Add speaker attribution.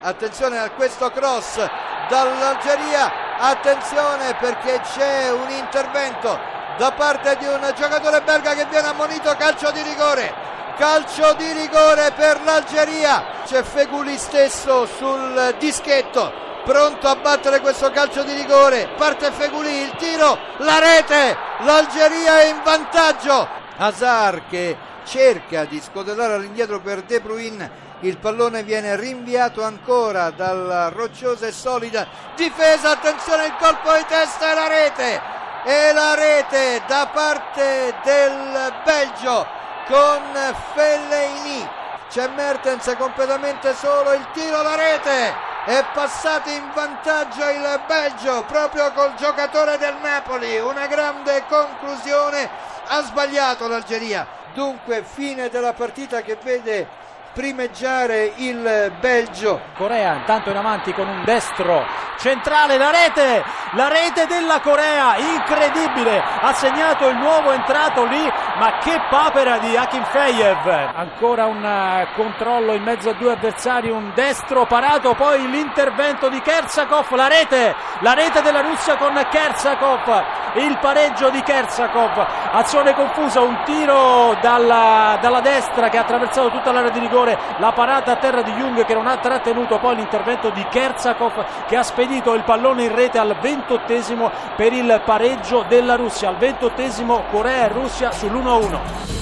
Speaker 1: Attenzione a questo cross dall'Algeria, attenzione perché c'è un intervento da parte di un giocatore belga che viene ammonito. Calcio di rigore per l'Algeria. C'è Feghouli stesso sul dischetto, pronto a battere questo calcio di rigore. Parte Feghouli, il tiro, la rete, l'Algeria è in vantaggio. Hazard che cerca di scodellare all'indietro per De Bruyne. Il pallone viene rinviato ancora dalla rocciosa e solida difesa. Attenzione, il colpo di testa e la rete da parte del Belgio con Fellaini. C'è Mertens completamente solo, il tiro, la rete, è passato in vantaggio il Belgio proprio col giocatore del Napoli. Una grande conclusione, ha sbagliato l'Algeria. Dunque fine della partita che vede primeggiare il Belgio.
Speaker 2: Corea intanto in avanti con un destro centrale, la rete della Corea, incredibile, ha segnato il nuovo entrato lì, ma che papera di Akinfeyev. Ancora un controllo in mezzo a due avversari, un destro parato, poi l'intervento di Kersakov, la rete della Russia con Kersakov, il pareggio di Kersakov, azione confusa, un tiro dalla destra che ha attraversato tutta l'area di rigore, la parata a terra di Jung che non ha trattenuto, poi l'intervento di Kersakov che ha spedito il pallone in rete al 28esimo per il pareggio della Russia. Al 28esimo Corea e Russia sull'1-1.